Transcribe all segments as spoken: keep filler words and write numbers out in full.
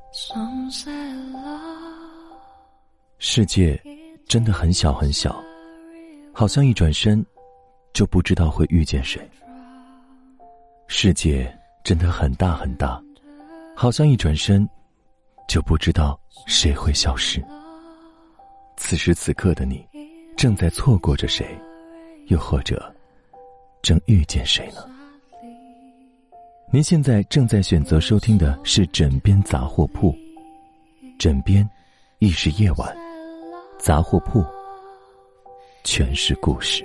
世界真的很小很小，好像一转身就不知道会遇见谁。世界真的很大很大，好像一转身就不知道谁会消失。此时此刻的你正在错过着谁，又或者正遇见谁呢？您现在正在选择收听的是枕边杂货铺，枕边亦是夜晚，杂货铺全是故事。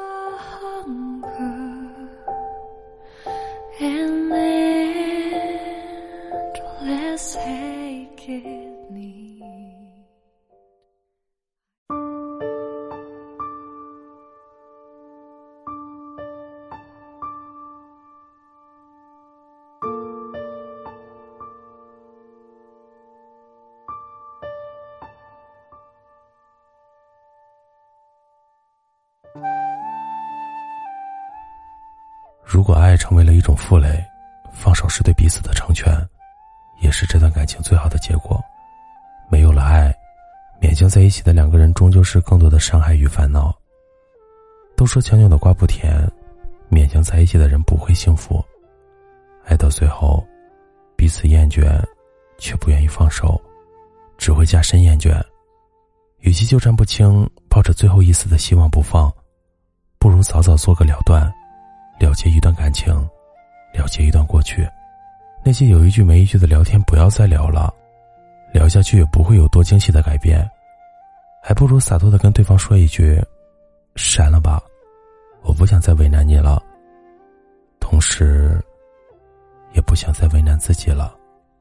如果爱成为了一种负累，放手是对彼此的成全，也是这段感情最好的结果。没有了爱，勉强在一起的两个人终究是更多的伤害与烦恼。都说强扭的瓜不甜，勉强在一起的人不会幸福。爱到最后，彼此厌倦，却不愿意放手，只会加深厌倦。与其纠缠不清，抱着最后一丝的希望不放，不如早早做个了断，了结一段感情，了结一段过去。那些有一句没一句的聊天不要再聊了，聊下去也不会有多惊喜的改变，还不如洒脱地跟对方说一句，删了吧，我不想再为难你了，同时也不想再为难自己了。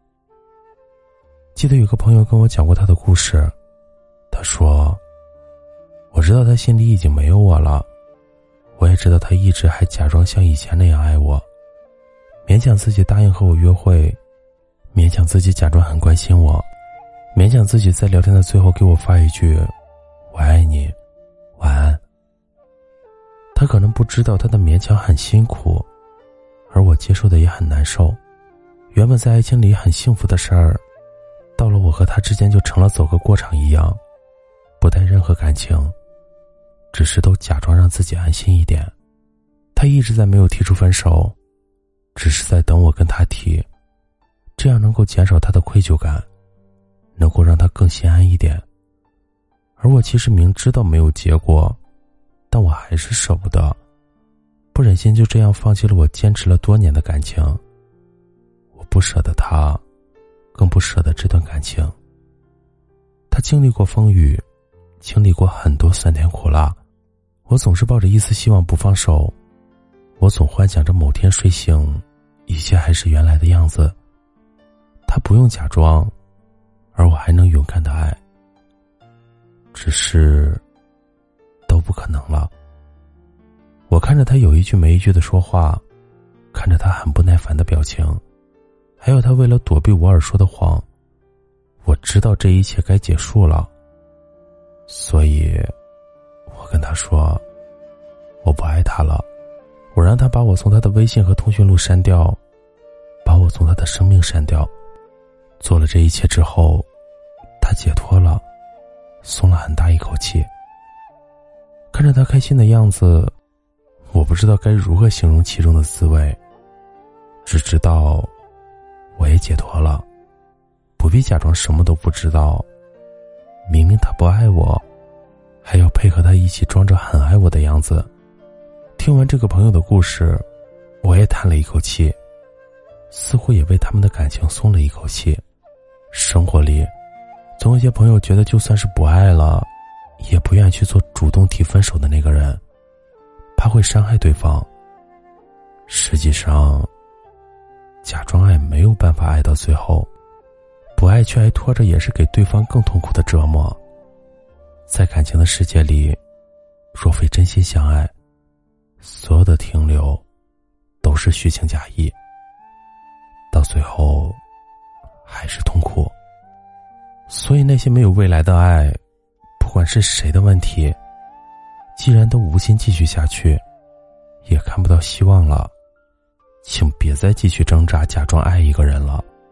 记得有个朋友跟我讲过他的故事，他说，我知道他心里已经没有我了，我也知道他一直还假装像以前那样爱我，勉强自己答应和我约会，勉强自己假装很关心我，勉强自己在聊天的最后给我发一句我爱你，晚安。他可能不知道他的勉强很辛苦，而我接受的也很难受。原本在爱情里很幸福的事儿，到了我和他之间就成了走个过场一样，不带任何感情，只是都假装让自己安心一点。他一直在没有提出分手，只是在等我跟他提，这样能够减少他的愧疚感，能够让他更心安一点。而我其实明知道没有结果，但我还是舍不得，不忍心就这样放弃了我坚持了多年的感情。我不舍得他，更不舍得这段感情。他经历过风雨，经历过很多酸甜苦辣，我总是抱着一丝希望不放手，我总幻想着某天睡醒，一切还是原来的样子。他不用假装，而我还能勇敢的爱。只是都不可能了。我看着他有一句没一句的说话，看着他很不耐烦的表情，还有他为了躲避我而说的谎，我知道这一切该结束了。所以我跟他说，我不爱他了。我让他把我从他的微信和通讯录删掉，把我从他的生命删掉。做了这一切之后，他解脱了，松了很大一口气。看着他开心的样子，我不知道该如何形容其中的滋味，只知道我也解脱了，不必假装什么都不知道。明明他不爱我，还要配合他一起装着很爱我的样子。听完这个朋友的故事，我也叹了一口气，似乎也为他们的感情松了一口气。生活里总有些朋友觉得就算是不爱了，也不愿去做主动提分手的那个人，怕会伤害对方。实际上假装爱没有办法爱到最后，不爱却还拖着也是给对方更痛苦的折磨。在感情的世界里，若非真心相爱，所有的停留都是虚情假意，到最后还是痛苦。所以那些没有未来的爱，不管是谁的问题，既然都无心继续下去，也看不到希望了，请别再继续挣扎假装爱一个人了，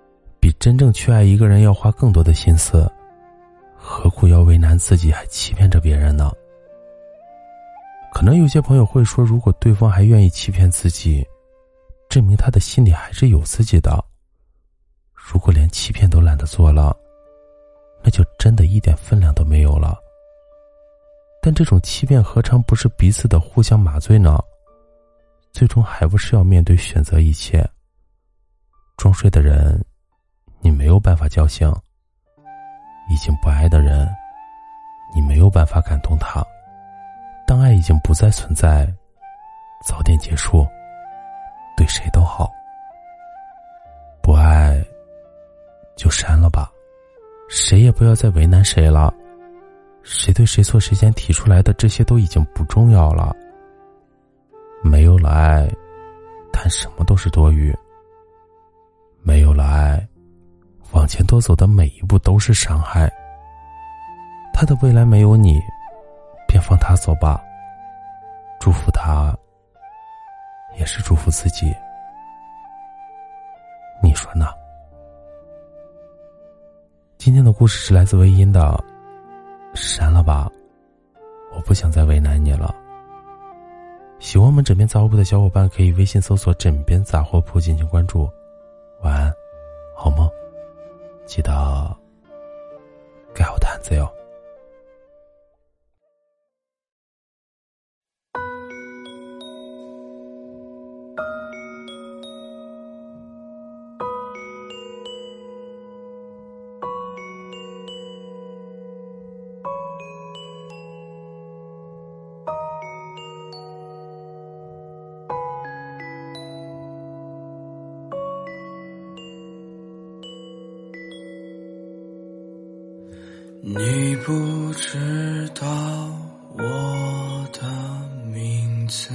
比真正去爱一个人要花更多的心思，何苦要为难自己还欺骗着别人呢？可能有些朋友会说，如果对方还愿意欺骗自己，证明他的心里还是有自己的。如果连欺骗都懒得做了，那就真的一点分量都没有了。但这种欺骗何尝不是彼此的互相麻醉呢？最终还不是要面对选择一切。装睡的人你没有办法叫醒，已经不爱的人你没有办法感动他。当爱已经不再存在，早点结束，对谁都好。不爱就删了吧，谁也不要再为难谁了。谁对谁错谁先提出来的，这些都已经不重要了。没有了爱，谈什么都是多余。没有了爱，往前多走的每一步都是伤害。他的未来没有你，便放他走吧。祝福他，也是祝福自己。你说呢？今天的故事是来自微音的，删了吧，我不想再为难你了。喜欢我们枕边杂货铺的小伙伴可以微信搜索枕边杂货铺进行关注。晚安，好梦，记得盖好毯子哟。 你不知道我的名字，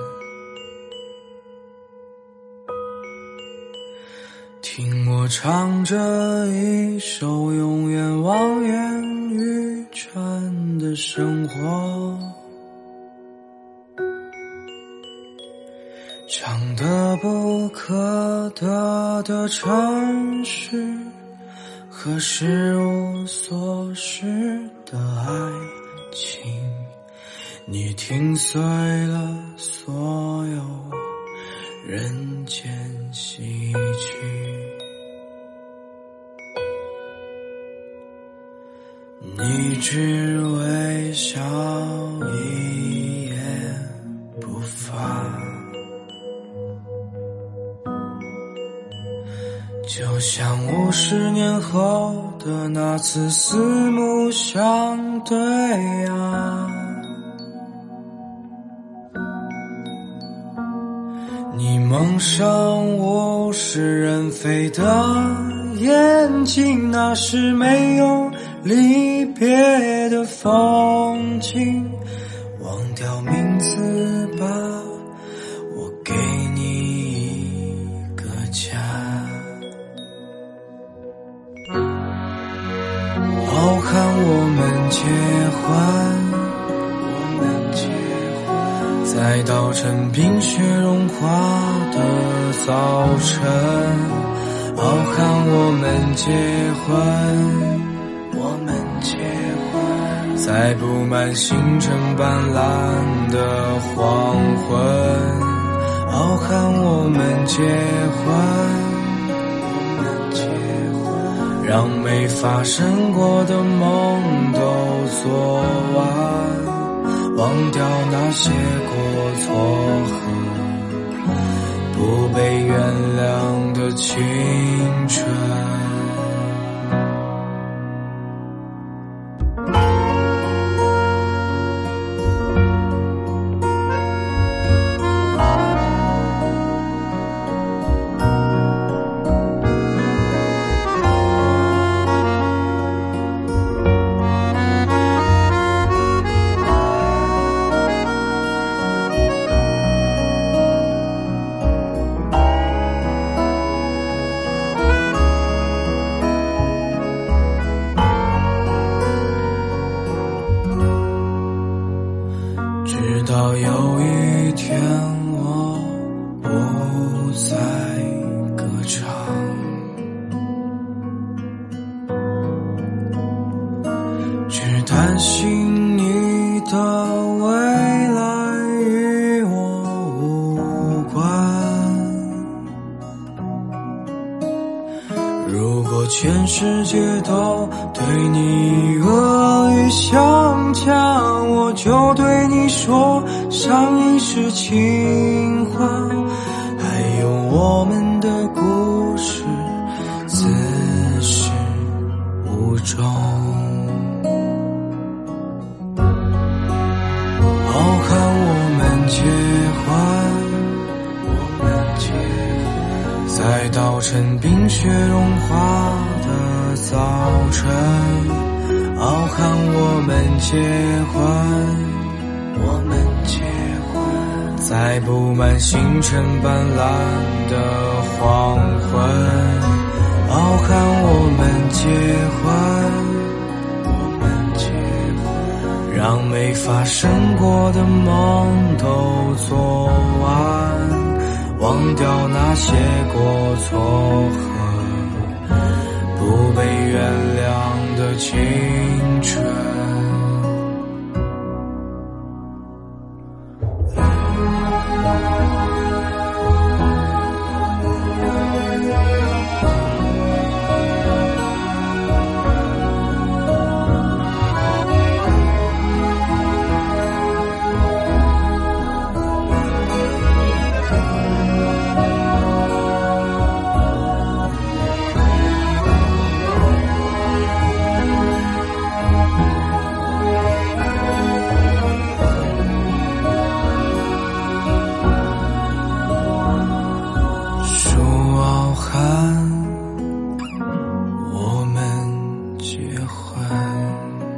听我唱着一首永远望眼欲穿的生活，唱得不可得的城市和事无所失的爱情，你听碎了所有人间喜剧，你只微笑一言不发，就像五十年后的那次四目相对啊，你蒙上物是人非的眼睛，那是没有离别的风景，忘掉名字吧，我给你一个家。好看我们结婚，我们结婚，在稻城冰雪融化的早晨。好看我们结婚，我们结婚，在布满星辰斑斓的黄昏。好看我们结婚，我们结婚，让没发生过的梦都做完，忘掉那些过错和不被原谅的青春。 担心你的未来与我无关。如果全世界都对你恶语相向，我就对你说上一世情话，还有我们的故事自始无终。好看我们结婚，我们结婚，在稻城冰雪融化的早晨。好看我们结婚，我们结婚，在布满星辰斑斓的黄昏。好看我们结婚，我们结婚，让没发生过的梦都做完，忘掉那些过错和不被原谅的青春。我们结婚，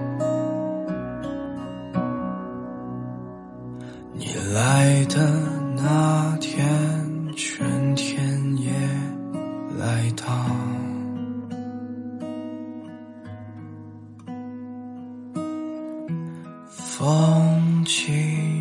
你来的那天，春天也来到，风起